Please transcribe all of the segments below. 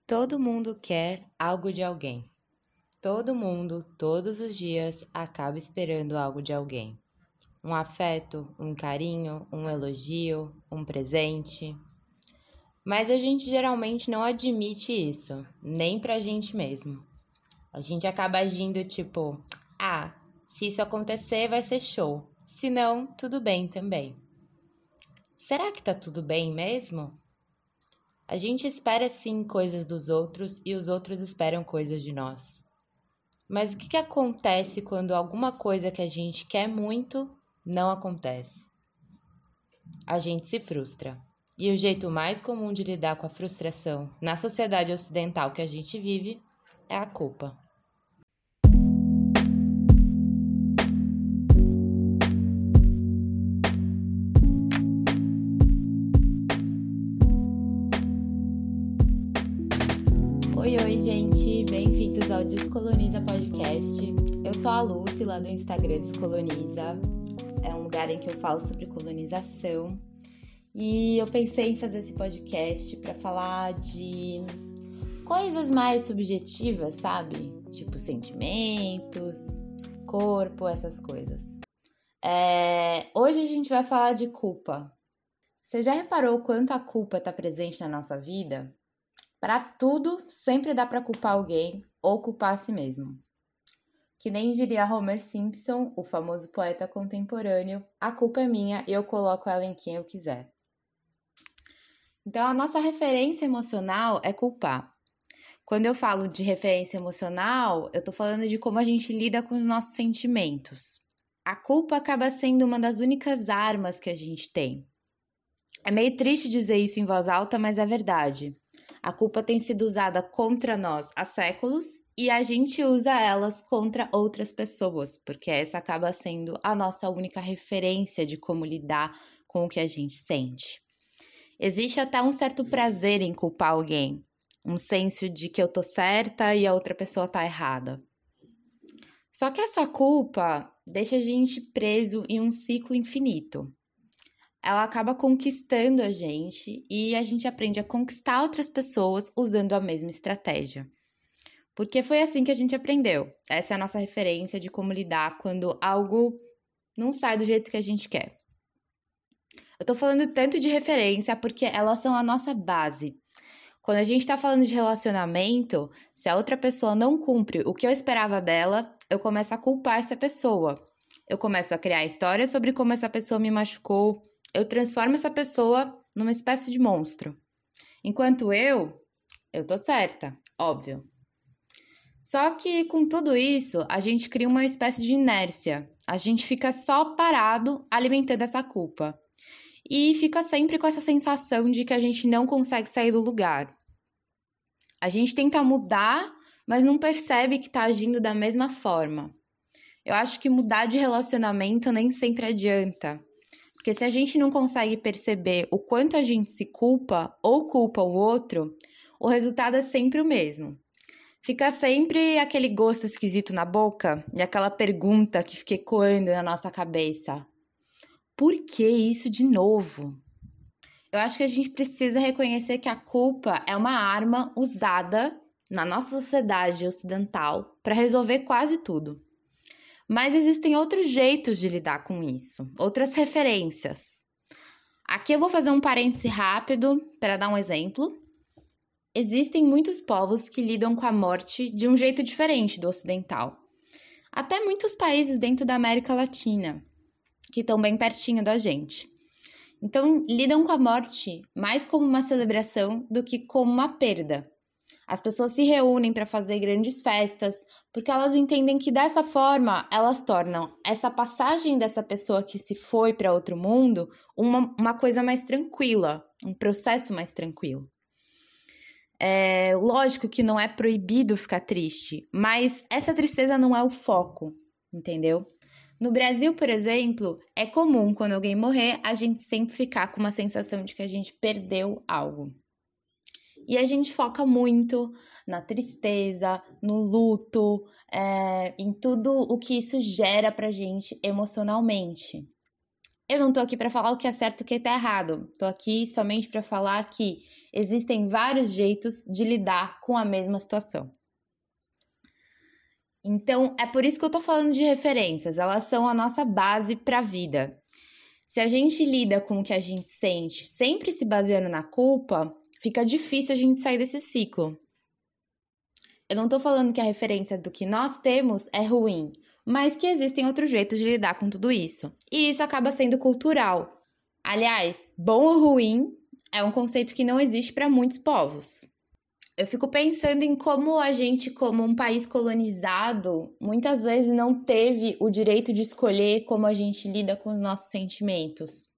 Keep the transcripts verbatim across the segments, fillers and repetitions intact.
Todo mundo quer algo de alguém. Todo mundo, todos os dias, acaba esperando algo de alguém. Um afeto, um carinho, um elogio, um presente. Mas a gente geralmente não admite isso, nem pra gente mesmo. A gente acaba agindo tipo, ah, se isso acontecer vai ser show. Se não, tudo bem também. Será que tá tudo bem mesmo? A gente espera sim coisas dos outros e os outros esperam coisas de nós. Mas o que que acontece quando alguma coisa que a gente quer muito não acontece? A gente se frustra. E o jeito mais comum de lidar com a frustração na sociedade ocidental que a gente vive é a culpa. Oi, oi, gente! Bem-vindos ao Descoloniza Podcast. Eu sou a Lucy, lá do Instagram Descoloniza. É um lugar em que eu falo sobre colonização. E eu pensei em fazer esse podcast para falar de coisas mais subjetivas, sabe? Tipo sentimentos, corpo, essas coisas. É... Hoje a gente vai falar de culpa. Você já reparou o quanto a culpa está presente na nossa vida? Para tudo, sempre dá para culpar alguém ou culpar a si mesmo. Que nem diria Homer Simpson, o famoso poeta contemporâneo, a culpa é minha e eu coloco ela em quem eu quiser. Então, a nossa referência emocional é culpar. Quando eu falo de referência emocional, eu tô falando de como a gente lida com os nossos sentimentos. A culpa acaba sendo uma das únicas armas que a gente tem. É meio triste dizer isso em voz alta, mas é verdade. A culpa tem sido usada contra nós há séculos e a gente usa elas contra outras pessoas, porque essa acaba sendo a nossa única referência de como lidar com o que a gente sente. Existe até um certo prazer em culpar alguém, um senso de que eu tô certa e a outra pessoa tá errada. Só que essa culpa deixa a gente preso em um ciclo infinito. Ela acaba conquistando a gente e a gente aprende a conquistar outras pessoas usando a mesma estratégia. Porque foi assim que a gente aprendeu. Essa é a nossa referência de como lidar quando algo não sai do jeito que a gente quer. Eu tô falando tanto de referência porque elas são a nossa base. Quando a gente tá falando de relacionamento, se a outra pessoa não cumpre o que eu esperava dela, eu começo a culpar essa pessoa. Eu começo a criar histórias sobre como essa pessoa me machucou. Eu transformo essa pessoa numa espécie de monstro. Enquanto eu, eu tô certa, óbvio. Só que com tudo isso, a gente cria uma espécie de inércia. A gente fica só parado alimentando essa culpa. E fica sempre com essa sensação de que a gente não consegue sair do lugar. A gente tenta mudar, mas não percebe que tá agindo da mesma forma. Eu acho que mudar de relacionamento nem sempre adianta. Porque se a gente não consegue perceber o quanto a gente se culpa ou culpa o outro, o resultado é sempre o mesmo. Fica sempre aquele gosto esquisito na boca e aquela pergunta que fica ecoando na nossa cabeça. Por que isso de novo? Eu acho que a gente precisa reconhecer que a culpa é uma arma usada na nossa sociedade ocidental para resolver quase tudo. Mas existem outros jeitos de lidar com isso, outras referências. Aqui eu vou fazer um parêntese rápido para dar um exemplo. Existem muitos povos que lidam com a morte de um jeito diferente do ocidental. Até muitos países dentro da América Latina, que estão bem pertinho da gente. Então, lidam com a morte mais como uma celebração do que como uma perda. As pessoas se reúnem para fazer grandes festas, porque elas entendem que dessa forma elas tornam essa passagem dessa pessoa que se foi para outro mundo uma, uma coisa mais tranquila, um processo mais tranquilo. É lógico que não é proibido ficar triste, mas essa tristeza não é o foco, entendeu? No Brasil, por exemplo, é comum quando alguém morrer a gente sempre ficar com uma sensação de que a gente perdeu algo. E a gente foca muito na tristeza, no luto, é, em tudo o que isso gera pra gente emocionalmente. Eu não tô aqui para falar o que é certo e o que tá errado. Tô aqui somente para falar que existem vários jeitos de lidar com a mesma situação. Então, é por isso que eu tô falando de referências. Elas são a nossa base para a vida. Se a gente lida com o que a gente sente sempre se baseando na culpa, fica difícil a gente sair desse ciclo. Eu não tô falando que a referência do que nós temos é ruim, mas que existem outros jeitos de lidar com tudo isso. E isso acaba sendo cultural. Aliás, bom ou ruim é um conceito que não existe para muitos povos. Eu fico pensando em como a gente, como um país colonizado, muitas vezes não teve o direito de escolher como a gente lida com os nossos sentimentos.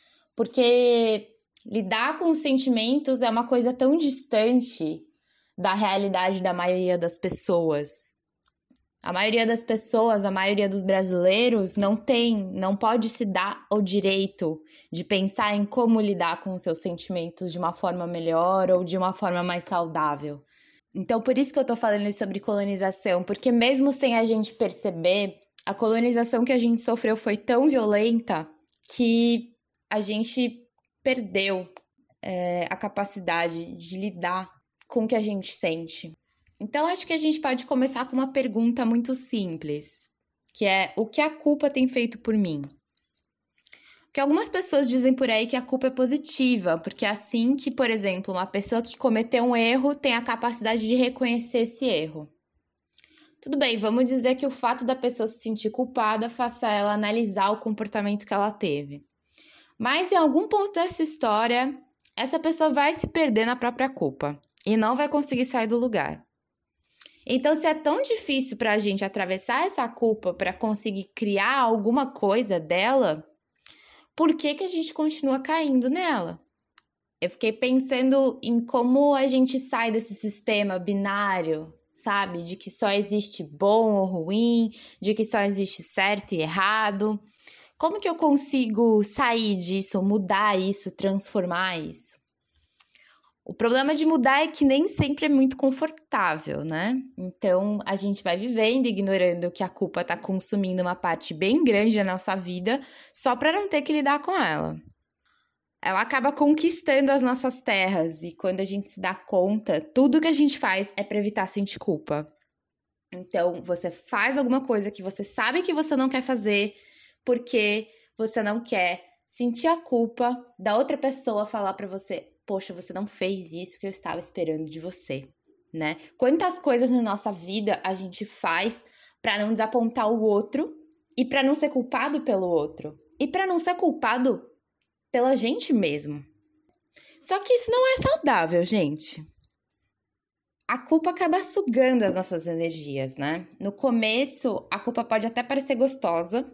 Porque lidar com os sentimentos é uma coisa tão distante da realidade da maioria das pessoas. A maioria das pessoas, a maioria dos brasileiros não tem, não pode se dar o direito de pensar em como lidar com os seus sentimentos de uma forma melhor ou de uma forma mais saudável. Então, por isso que eu tô falando sobre colonização, porque mesmo sem a gente perceber, a colonização que a gente sofreu foi tão violenta que a gente perdeu é, a capacidade de lidar com o que a gente sente. Então, acho que a gente pode começar com uma pergunta muito simples, que é: o que a culpa tem feito por mim? Porque algumas pessoas dizem por aí que a culpa é positiva, porque é assim que, por exemplo, uma pessoa que cometeu um erro tem a capacidade de reconhecer esse erro. Tudo bem, vamos dizer que o fato da pessoa se sentir culpada faça ela analisar o comportamento que ela teve. Mas em algum ponto dessa história, essa pessoa vai se perder na própria culpa e não vai conseguir sair do lugar. Então, se é tão difícil para a gente atravessar essa culpa para conseguir criar alguma coisa dela, por que que a gente continua caindo nela? Eu fiquei pensando em como a gente sai desse sistema binário, sabe? De que só existe bom ou ruim, de que só existe certo e errado. Como que eu consigo sair disso, mudar isso, transformar isso? O problema de mudar é que nem sempre é muito confortável, né? Então, a gente vai vivendo, ignorando que a culpa tá consumindo uma parte bem grande da nossa vida, só para não ter que lidar com ela. Ela acaba conquistando as nossas terras, e quando a gente se dá conta, tudo que a gente faz é para evitar sentir culpa. Então, você faz alguma coisa que você sabe que você não quer fazer, porque você não quer sentir a culpa da outra pessoa falar para você: poxa, você não fez isso que eu estava esperando de você, né? Quantas coisas na nossa vida a gente faz para não desapontar o outro e para não ser culpado pelo outro e para não ser culpado pela gente mesmo. Só que isso não é saudável, gente. A culpa acaba sugando as nossas energias, né? No começo, a culpa pode até parecer gostosa,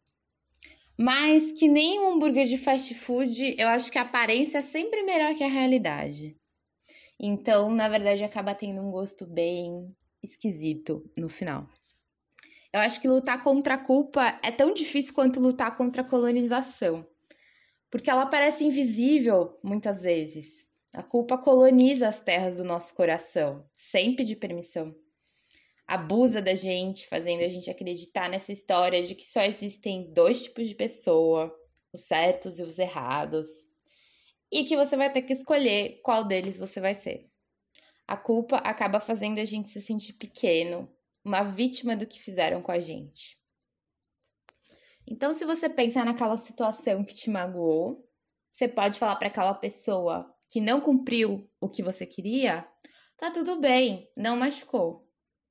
mas que nem um hambúrguer de fast food, eu acho que a aparência é sempre melhor que a realidade. Então, na verdade, acaba tendo um gosto bem esquisito no final. Eu acho que lutar contra a culpa é tão difícil quanto lutar contra a colonização. Porque ela parece invisível, muitas vezes. A culpa coloniza as terras do nosso coração, sem pedir permissão. Abusa da gente, fazendo a gente acreditar nessa história de que só existem dois tipos de pessoa, os certos e os errados, e que você vai ter que escolher qual deles você vai ser. A culpa acaba fazendo a gente se sentir pequeno, uma vítima do que fizeram com a gente. Então, se você pensar naquela situação que te magoou, você pode falar para aquela pessoa que não cumpriu o que você queria: tá tudo bem, não machucou.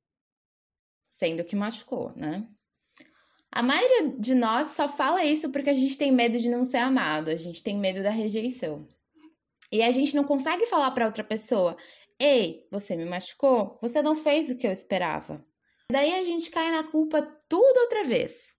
Sendo que machucou, né? A maioria de nós só fala isso porque a gente tem medo de não ser amado, a gente tem medo da rejeição. E a gente não consegue falar para outra pessoa: ei, você me machucou, você não fez o que eu esperava. Daí a gente cai na culpa tudo outra vez.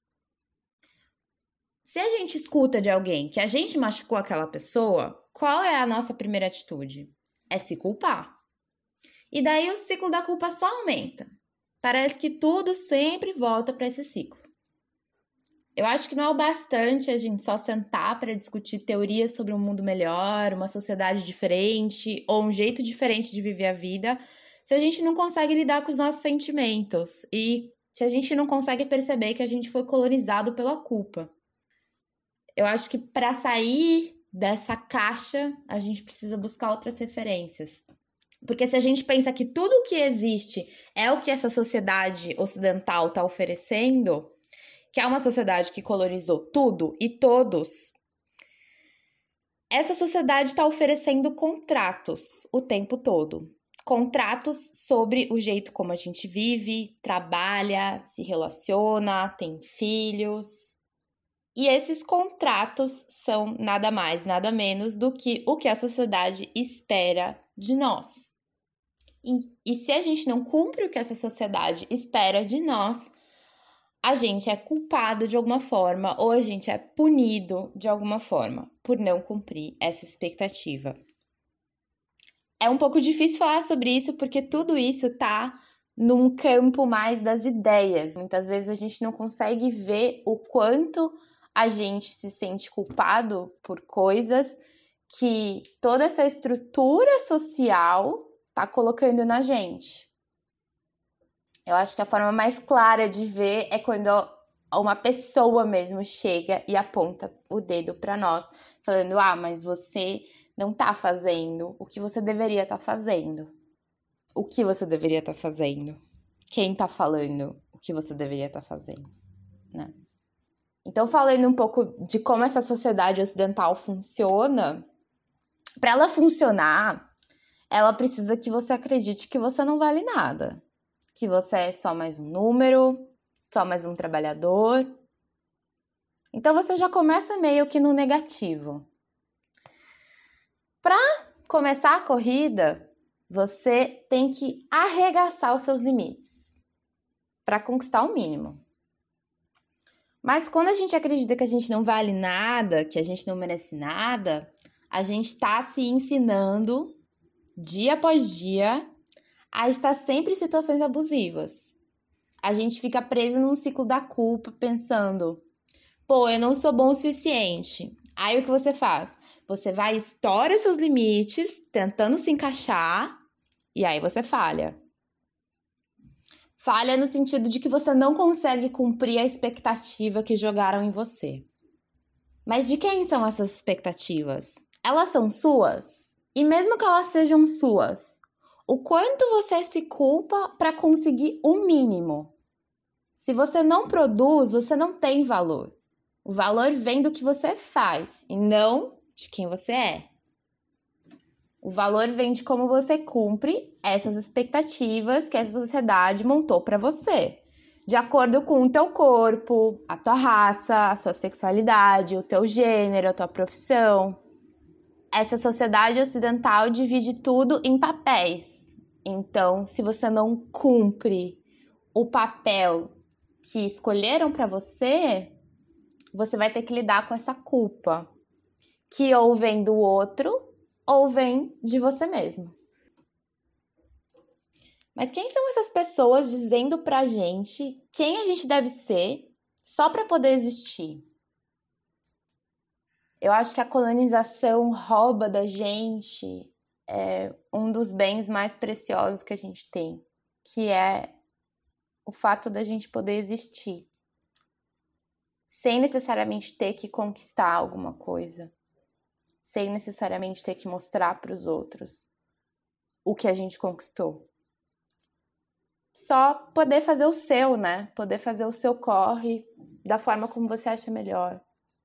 Se a gente escuta de alguém que a gente machucou aquela pessoa, qual é a nossa primeira atitude? É se culpar. E daí o ciclo da culpa só aumenta. Parece que tudo sempre volta para esse ciclo. Eu acho que não é o bastante a gente só sentar para discutir teorias sobre um mundo melhor, uma sociedade diferente ou um jeito diferente de viver a vida, se a gente não consegue lidar com os nossos sentimentos e se a gente não consegue perceber que a gente foi colonizado pela culpa. Eu acho que para sair dessa caixa, a gente precisa buscar outras referências. Porque se a gente pensa que tudo o que existe é o que essa sociedade ocidental está oferecendo, que é uma sociedade que colonizou tudo e todos, essa sociedade está oferecendo contratos o tempo todo. Contratos sobre o jeito como a gente vive, trabalha, se relaciona, tem filhos. E esses contratos são nada mais, nada menos do que o que a sociedade espera de nós. E, e se a gente não cumpre o que essa sociedade espera de nós, a gente é culpado de alguma forma ou a gente é punido de alguma forma por não cumprir essa expectativa. É um pouco difícil falar sobre isso porque tudo isso tá num campo mais das ideias. Muitas vezes a gente não consegue ver o quanto a gente se sente culpado por coisas que toda essa estrutura social tá colocando na gente. Eu acho que a forma mais clara de ver é quando uma pessoa mesmo chega e aponta o dedo para nós, falando, ah, mas você não tá fazendo o que você deveria estar tá fazendo. O que você deveria estar tá fazendo? Quem tá falando o que você deveria estar tá fazendo, né? Então, falando um pouco de como essa sociedade ocidental funciona, para ela funcionar, ela precisa que você acredite que você não vale nada. Que você é só mais um número, só mais um trabalhador. Então, você já começa meio que no negativo. Para começar a corrida, você tem que arregaçar os seus limites para conquistar o mínimo. Mas quando a gente acredita que a gente não vale nada, que a gente não merece nada, a gente está se ensinando, dia após dia, a estar sempre em situações abusivas. A gente fica preso num ciclo da culpa, pensando, pô, eu não sou bom o suficiente. Aí o que você faz? Você vai, estoura seus limites, tentando se encaixar, e aí você falha. Falha no sentido de que você não consegue cumprir a expectativa que jogaram em você. Mas de quem são essas expectativas? Elas são suas? E mesmo que elas sejam suas, o quanto você se culpa para conseguir o mínimo? Se você não produz, você não tem valor. O valor vem do que você faz e não de quem você é. O valor vem de como você cumpre essas expectativas que essa sociedade montou para você. De acordo com o teu corpo, a tua raça, a sua sexualidade, o teu gênero, a tua profissão. Essa sociedade ocidental divide tudo em papéis. Então, se você não cumpre o papel que escolheram para você, você vai ter que lidar com essa culpa, que ou vem do outro ou vem de você mesmo. Mas quem são essas pessoas dizendo pra gente quem a gente deve ser só para poder existir? Eu acho que a colonização rouba da gente é, um dos bens mais preciosos que a gente tem, que é o fato da gente poder existir, sem necessariamente ter que conquistar alguma coisa, sem necessariamente ter que mostrar para os outros o que a gente conquistou. Só poder fazer o seu, né? Poder fazer o seu corre da forma como você acha melhor.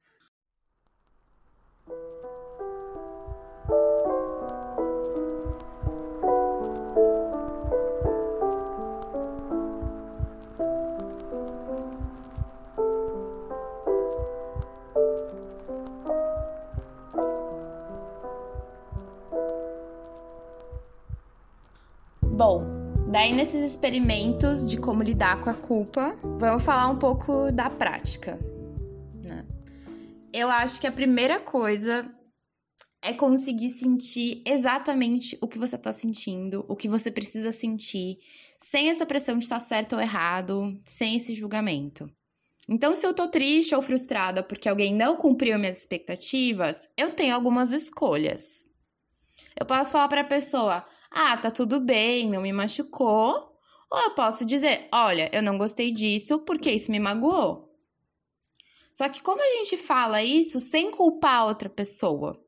Bom, daí nesses experimentos de como lidar com a culpa, vamos falar um pouco da prática, né? Eu acho que a primeira coisa é conseguir sentir exatamente o que você tá sentindo, o que você precisa sentir, sem essa pressão de estar certo ou errado, sem esse julgamento. Então, se eu tô triste ou frustrada porque alguém não cumpriu minhas expectativas, eu tenho algumas escolhas. Eu posso falar pra pessoa, ah, tá tudo bem, não me machucou. Ou eu posso dizer, olha, eu não gostei disso porque isso me magoou. Só que como a gente fala isso sem culpar a outra pessoa?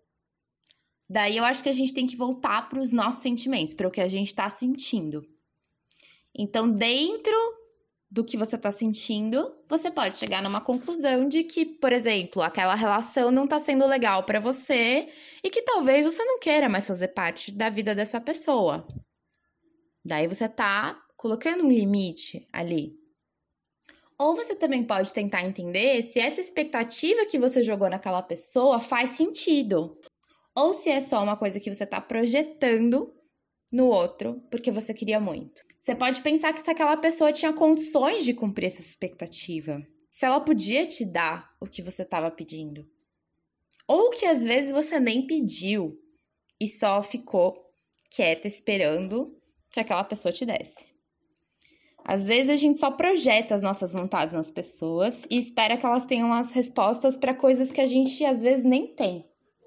Daí eu acho que a gente tem que voltar para os nossos sentimentos, para o que a gente está sentindo. Então, dentro do que você está sentindo, você pode chegar numa conclusão de que, por exemplo, aquela relação não está sendo legal para você e que talvez você não queira mais fazer parte da vida dessa pessoa. Daí você está colocando um limite ali. Ou você também pode tentar entender se essa expectativa que você jogou naquela pessoa faz sentido. Ou se é só uma coisa que você está projetando no outro porque você queria muito. Você pode pensar que se aquela pessoa tinha condições de cumprir essa expectativa. Se ela podia te dar o que você estava pedindo. Ou que às vezes você nem pediu e só ficou quieta esperando que aquela pessoa te desse. Às vezes a gente só projeta as nossas vontades nas pessoas e espera que elas tenham as respostas para coisas que a gente às vezes nem tem.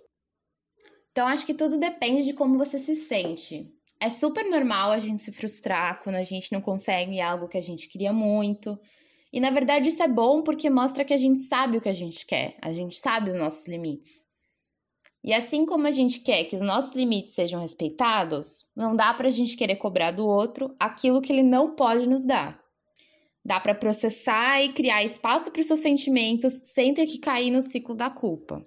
Então acho que tudo depende de como você se sente. É super normal a gente se frustrar quando a gente não consegue algo que a gente queria muito. E, na verdade, isso é bom porque mostra que a gente sabe o que a gente quer. A gente sabe os nossos limites. E assim como a gente quer que os nossos limites sejam respeitados, não dá pra gente querer cobrar do outro aquilo que ele não pode nos dar. Dá pra processar e criar espaço para os seus sentimentos sem ter que cair no ciclo da culpa.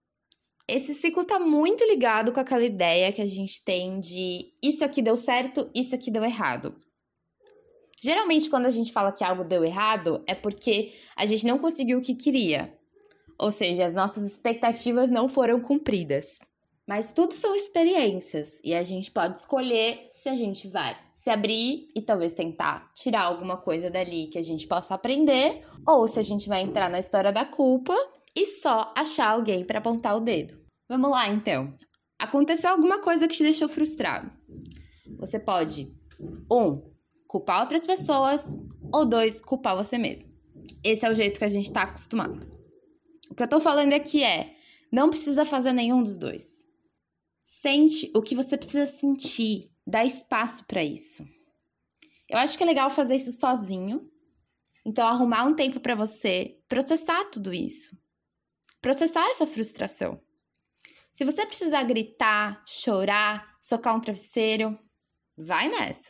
Esse ciclo tá muito ligado com aquela ideia que a gente tem de isso aqui deu certo, isso aqui deu errado. Geralmente, quando a gente fala que algo deu errado, é porque a gente não conseguiu o que queria. Ou seja, as nossas expectativas não foram cumpridas. Mas tudo são experiências e a gente pode escolher se a gente vai se abrir e talvez tentar tirar alguma coisa dali que a gente possa aprender, ou se a gente vai entrar na história da culpa e só achar alguém para apontar o dedo. Vamos lá, então. Aconteceu alguma coisa que te deixou frustrado. Você pode, um, culpar outras pessoas, ou dois, culpar você mesmo. Esse é o jeito que a gente está acostumado. O que eu tô falando aqui é, não precisa fazer nenhum dos dois. Sente o que você precisa sentir, dá espaço para isso. Eu acho que é legal fazer isso sozinho. Então, arrumar um tempo para você processar tudo isso. Processar essa frustração. Se você precisar gritar, chorar, socar um travesseiro, vai nessa.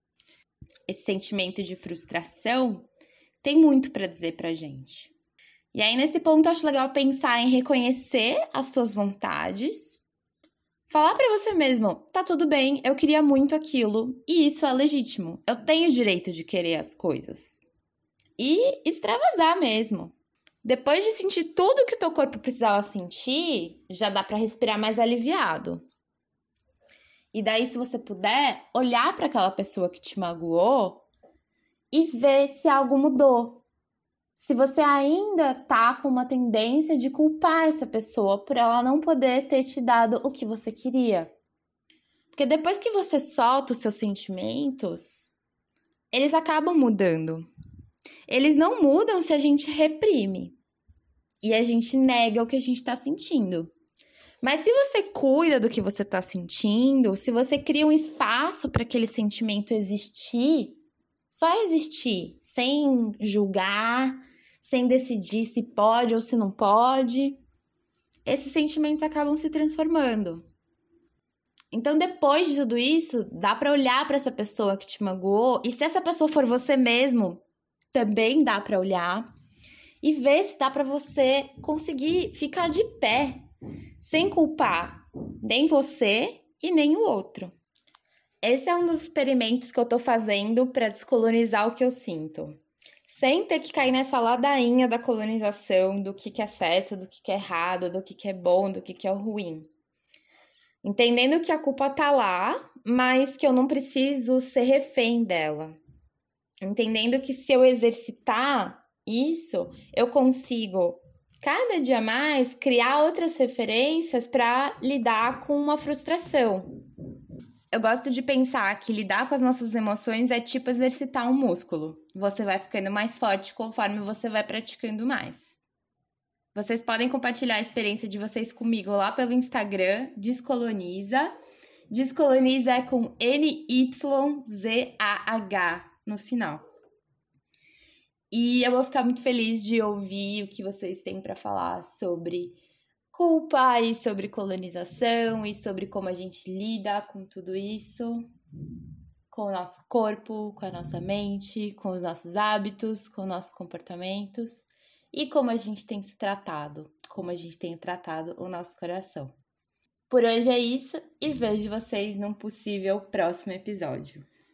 Esse sentimento de frustração tem muito para dizer pra gente. E aí, nesse ponto, eu acho legal pensar em reconhecer as suas vontades. Falar pra você mesmo, tá tudo bem, eu queria muito aquilo, e isso é legítimo. Eu tenho o direito de querer as coisas. E extravasar mesmo. Depois de sentir tudo que o teu corpo precisava sentir, já dá pra respirar mais aliviado. E daí, se você puder, olhar pra aquela pessoa que te magoou e ver se algo mudou. Se você ainda tá com uma tendência de culpar essa pessoa por ela não poder ter te dado o que você queria. Porque depois que você solta os seus sentimentos, eles acabam mudando. Eles não mudam se a gente reprime. E a gente nega o que a gente tá sentindo. Mas se você cuida do que você tá sentindo, se você cria um espaço para aquele sentimento existir, só existir, sem julgar, sem decidir se pode ou se não pode, esses sentimentos acabam se transformando. Então, depois de tudo isso, dá para olhar para essa pessoa que te magoou, e se essa pessoa for você mesmo, também dá para olhar e ver se dá para você conseguir ficar de pé, sem culpar nem você e nem o outro. Esse é um dos experimentos que eu tô fazendo para descolonizar o que eu sinto. Sem ter que cair nessa ladainha da colonização, do que, que é certo, do que, que é errado, do que, que é bom, do que, que é ruim. Entendendo que a culpa tá lá, mas que eu não preciso ser refém dela. Entendendo que se eu exercitar isso, eu consigo, cada dia mais, criar outras referências para lidar com uma frustração. Eu gosto de pensar que lidar com as nossas emoções é tipo exercitar um músculo. Você vai ficando mais forte conforme você vai praticando mais. Vocês podem compartilhar a experiência de vocês comigo lá pelo Instagram, Descoloniza. Descoloniza é com N Y Z A H no final. E eu vou ficar muito feliz de ouvir o que vocês têm para falar sobre culpa e sobre colonização e sobre como a gente lida com tudo isso, com o nosso corpo, com a nossa mente, com os nossos hábitos, com os nossos comportamentos e como a gente tem se tratado, como a gente tem tratado o nosso coração. Por hoje é isso e vejo vocês num possível próximo episódio.